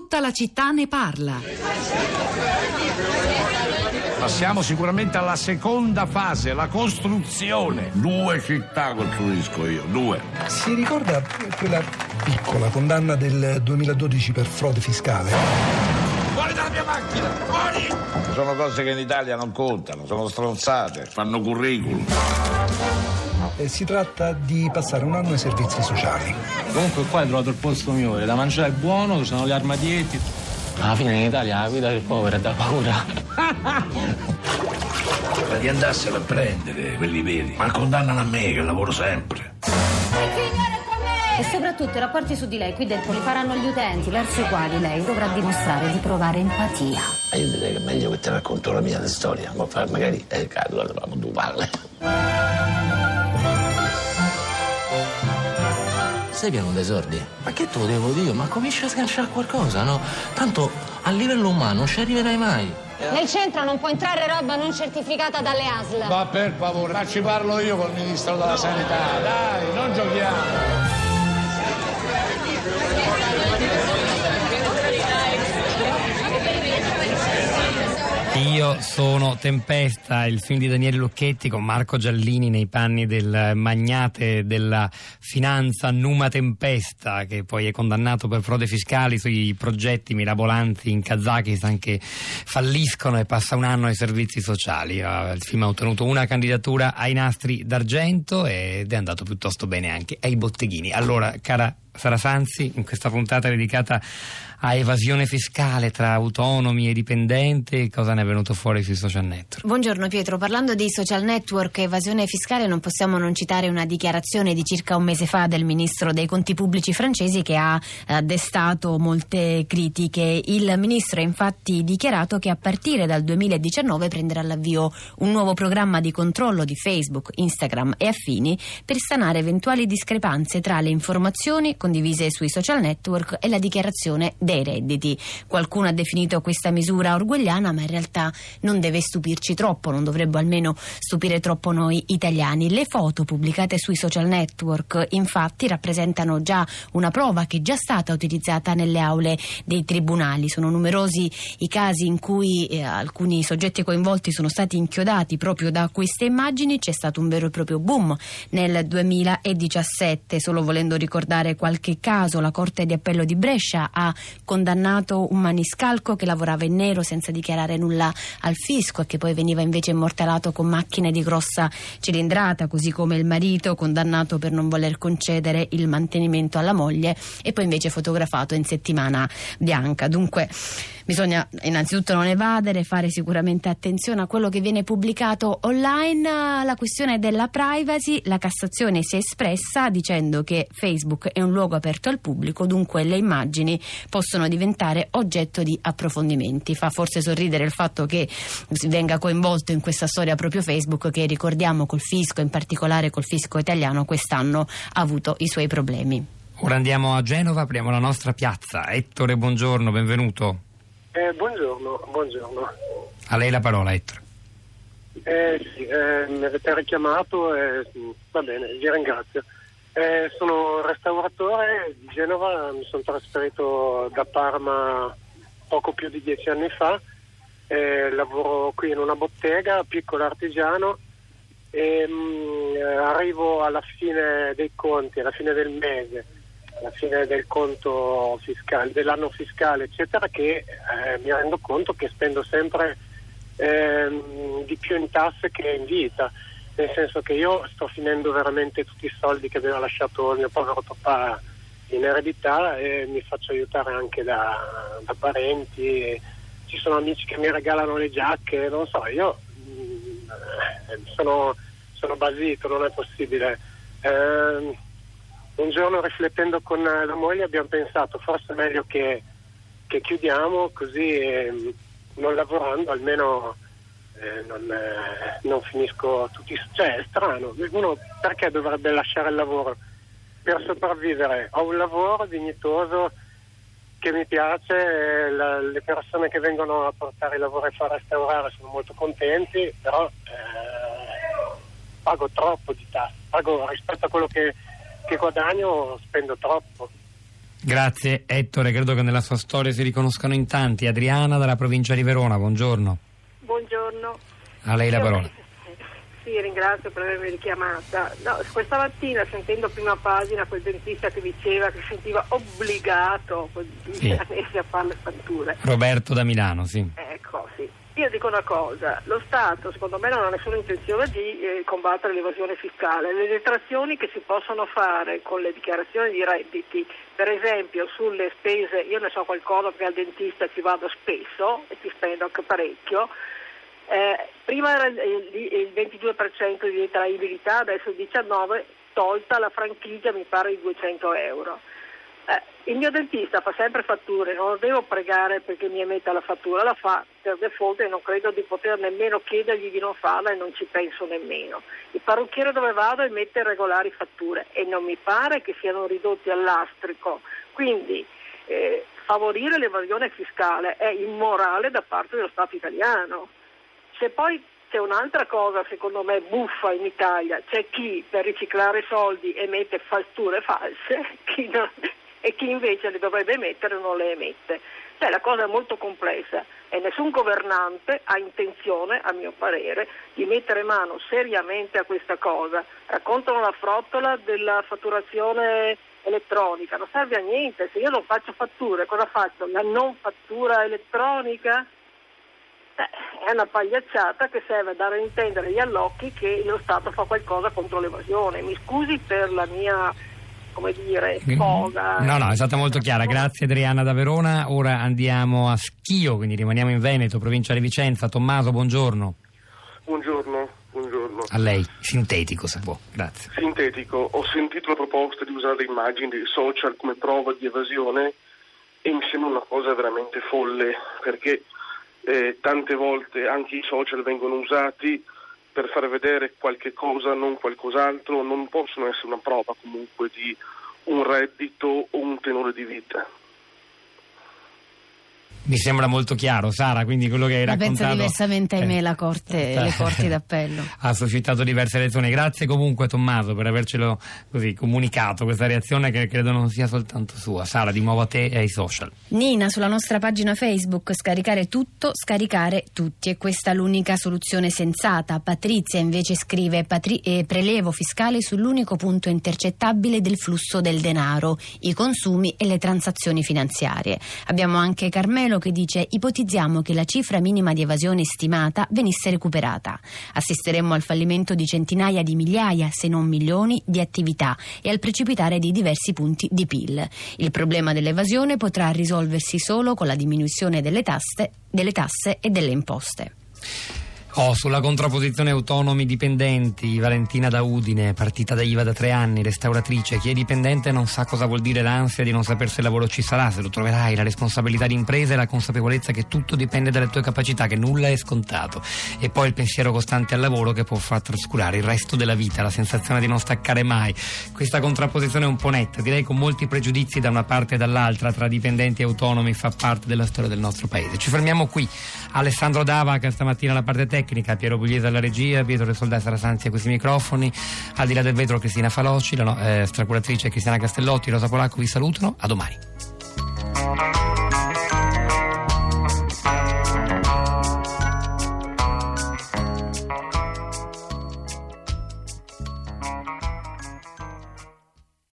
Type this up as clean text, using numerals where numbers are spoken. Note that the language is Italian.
Tutta la città ne parla. Passiamo sicuramente alla seconda fase, la costruzione. 2 città costruisco io, 2. Si ricorda quella piccola condanna del 2012 per frode fiscale? Fuori dalla mia macchina, fuori! Sono cose che in Italia non contano, sono stronzate, fanno curriculum. Si tratta di passare un anno ai servizi sociali. Comunque qua hai trovato il posto migliore, da mangiare è buono, ci sono gli armadietti. Alla fine in Italia la vita del povero è da paura. Ma di andarselo a prendere quelli veri, ma condannano a me che lavoro sempre. E soprattutto i rapporti su di lei qui dentro li faranno gli utenti, verso i quali lei dovrà dimostrare di provare empatia. Io direi che è meglio che ti racconto la mia storia, ma magari cado, avevamo 2 palle. Sei pieno d'esordi? Ma che te lo devo dire? Ma comincia a sganciare qualcosa, no? Tanto a livello umano non ci arriverai mai. Nel centro non può entrare roba non certificata dalle ASL. Ma per favore, ma ci parlo io col ministro della sanità, dai, non giochiamo. Io sono Tempesta, il film di Daniele Lucchetti con Marco Giallini nei panni del magnate della finanza Numa Tempesta, che poi è condannato per frode fiscale sui progetti mirabolanti in Kazakistan che falliscono e passa un anno ai servizi sociali. Il film ha ottenuto una candidatura ai Nastri d'Argento ed è andato piuttosto bene anche ai botteghini. Allora, cara Sara Sanzi, in questa puntata dedicata a evasione fiscale tra autonomi e dipendenti, cosa ne è venuto fuori sui social network? Buongiorno Pietro, parlando di social network e evasione fiscale non possiamo non citare una dichiarazione di circa un mese fa del ministro dei conti pubblici francesi che ha destato molte critiche. Il ministro ha infatti dichiarato che a partire dal 2019 prenderà l'avvio un nuovo programma di controllo di Facebook, Instagram e affini per sanare eventuali discrepanze tra le informazioni condivise sui social network e la dichiarazione dei redditi. Qualcuno ha definito questa misura orwelliana, ma in realtà non deve stupirci troppo, non dovrebbe almeno stupire troppo noi italiani. Le foto pubblicate sui social network infatti rappresentano già una prova che è già stata utilizzata nelle aule dei tribunali. Sono numerosi i casi in cui alcuni soggetti coinvolti sono stati inchiodati proprio da queste immagini. C'è stato un vero e proprio boom nel 2017, solo volendo ricordare qualche caso. La Corte di Appello di Brescia ha condannato un maniscalco che lavorava in nero senza dichiarare nulla al fisco e che poi veniva invece immortalato con macchine di grossa cilindrata, così come il marito condannato per non voler concedere il mantenimento alla moglie e poi invece fotografato in settimana bianca. Dunque bisogna innanzitutto non evadere, fare sicuramente attenzione a quello che viene pubblicato online. La questione della privacy, la Cassazione si è espressa dicendo che Facebook è un luogo aperto al pubblico, dunque le immagini possono diventare oggetto di approfondimenti. Fa forse sorridere il fatto che si venga coinvolto in questa storia proprio Facebook, che ricordiamo col fisco, in particolare col fisco italiano, quest'anno ha avuto i suoi problemi. Ora andiamo a Genova, apriamo la nostra piazza. Ettore, buongiorno, benvenuto. Buongiorno. A lei la parola, Ettore. Mi avete richiamato e va bene, vi ringrazio. Sono restauratore di Genova, mi sono trasferito da Parma poco più di 10 anni fa, lavoro qui in una bottega, piccolo artigiano, e arrivo alla fine dei conti, alla fine del mese, alla fine del conto fiscale, dell'anno fiscale eccetera, che mi rendo conto che spendo sempre di più in tasse che in vita, nel senso che io sto finendo veramente tutti i soldi che aveva lasciato il mio povero papà in eredità e mi faccio aiutare anche da parenti. Ci sono amici che mi regalano le giacche, non so, io sono basito, non è possibile. Un giorno, riflettendo con la moglie, abbiamo pensato forse è meglio che chiudiamo, così non lavorando almeno non finisco tutti. Cioè è strano, uno perché dovrebbe lasciare il lavoro? Per sopravvivere. Ho un lavoro dignitoso che mi piace, le persone che vengono a portare il lavoro e far restaurare sono molto contenti, però pago troppo di tasse, pago rispetto a quello che guadagno, spendo troppo. Grazie Ettore, credo che nella sua storia si riconoscano in tanti. Adriana dalla provincia di Verona, buongiorno. Buongiorno. A lei la parola. Sì, ringrazio per avermi richiamata. No, questa mattina, sentendo prima pagina quel dentista che diceva che si sentiva obbligato a fare le fatture. Roberto da Milano, sì. Ecco, sì. Io dico una cosa, lo Stato secondo me non ha nessuna intenzione di combattere l'evasione fiscale. Le detrazioni che si possono fare con le dichiarazioni di redditi, per esempio sulle spese, io ne so qualcosa perché al dentista ci vado spesso e ci spendo anche parecchio. Prima era il 22% di detraibilità, adesso il 19%, tolta la franchigia mi pare di 200 euro. Il mio dentista fa sempre fatture, non lo devo pregare perché mi emetta la fattura, la fa per default e non credo di poter nemmeno chiedergli di non farla e non ci penso nemmeno. Il parrucchiere dove vado emette regolari fatture e non mi pare che siano ridotti al lastrico, quindi favorire l'evasione fiscale è immorale da parte dello Stato italiano. Se poi c'è un'altra cosa secondo me buffa in Italia, c'è chi per riciclare soldi emette fatture false e chi invece le dovrebbe emettere non le emette. Cioè la cosa è molto complessa e nessun governante ha intenzione, a mio parere, di mettere mano seriamente a questa cosa. Raccontano la frottola della fatturazione elettronica, non serve a niente, se io non faccio fatture cosa faccio? La non fattura elettronica? È una pagliacciata che serve a dare a intendere agli allocchi che lo Stato fa qualcosa contro l'evasione. Mi scusi per la mia, come dire, sfoga. No, è stata molto chiara. Grazie Adriana da Verona. Ora andiamo a Schio, quindi rimaniamo in Veneto, provincia di Vicenza. Tommaso, buongiorno. Buongiorno. A lei, sintetico se può, grazie. Sintetico, ho sentito la proposta di usare le immagini dei social come prova di evasione e mi sembra una cosa veramente folle, perché tante volte anche i social vengono usati per far vedere qualche cosa, non qualcos'altro, non possono essere una prova comunque di un reddito o un tenore di vita. Mi sembra molto chiaro, Sara, quindi quello che hai raccontato... pensa diversamente, ahimè, le corti d'appello. Ha suscitato diverse reazioni. Grazie comunque Tommaso per avercelo così comunicato, questa reazione che credo non sia soltanto sua. Sara, di nuovo a te e ai social. Nina, sulla nostra pagina Facebook, scaricare tutto, scaricare tutti, è questa l'unica soluzione sensata. Patrizia invece scrive prelevo fiscale sull'unico punto intercettabile del flusso del denaro, i consumi e le transazioni finanziarie. Abbiamo anche Carmelo che dice: ipotizziamo che la cifra minima di evasione stimata venisse recuperata. Assisteremmo al fallimento di centinaia di migliaia, se non milioni, di attività e al precipitare di diversi punti di PIL. Il problema dell'evasione potrà risolversi solo con la diminuzione delle tasse e delle imposte. Sulla contrapposizione autonomi dipendenti, Valentina da Udine, partita da IVA da 3 anni, restauratrice. Chi è dipendente non sa cosa vuol dire l'ansia di non sapere se il lavoro ci sarà, se lo troverai, la responsabilità di impresa e la consapevolezza che tutto dipende dalle tue capacità, che nulla è scontato. E poi il pensiero costante al lavoro che può far trascurare il resto della vita, la sensazione di non staccare mai. Questa contrapposizione è un po' netta, direi con molti pregiudizi da una parte e dall'altra, tra dipendenti e autonomi, fa parte della storia del nostro paese. Ci fermiamo qui. Alessandro Dava, che stamattina la parte tecnica, Piero Pugliese alla regia, Pietro del Soldà Sara Sanzi a questi microfoni, al di là del vetro Cristina Falocci, la stracuratrice Cristiana Castellotti, Rosa Polacco vi salutano, a domani.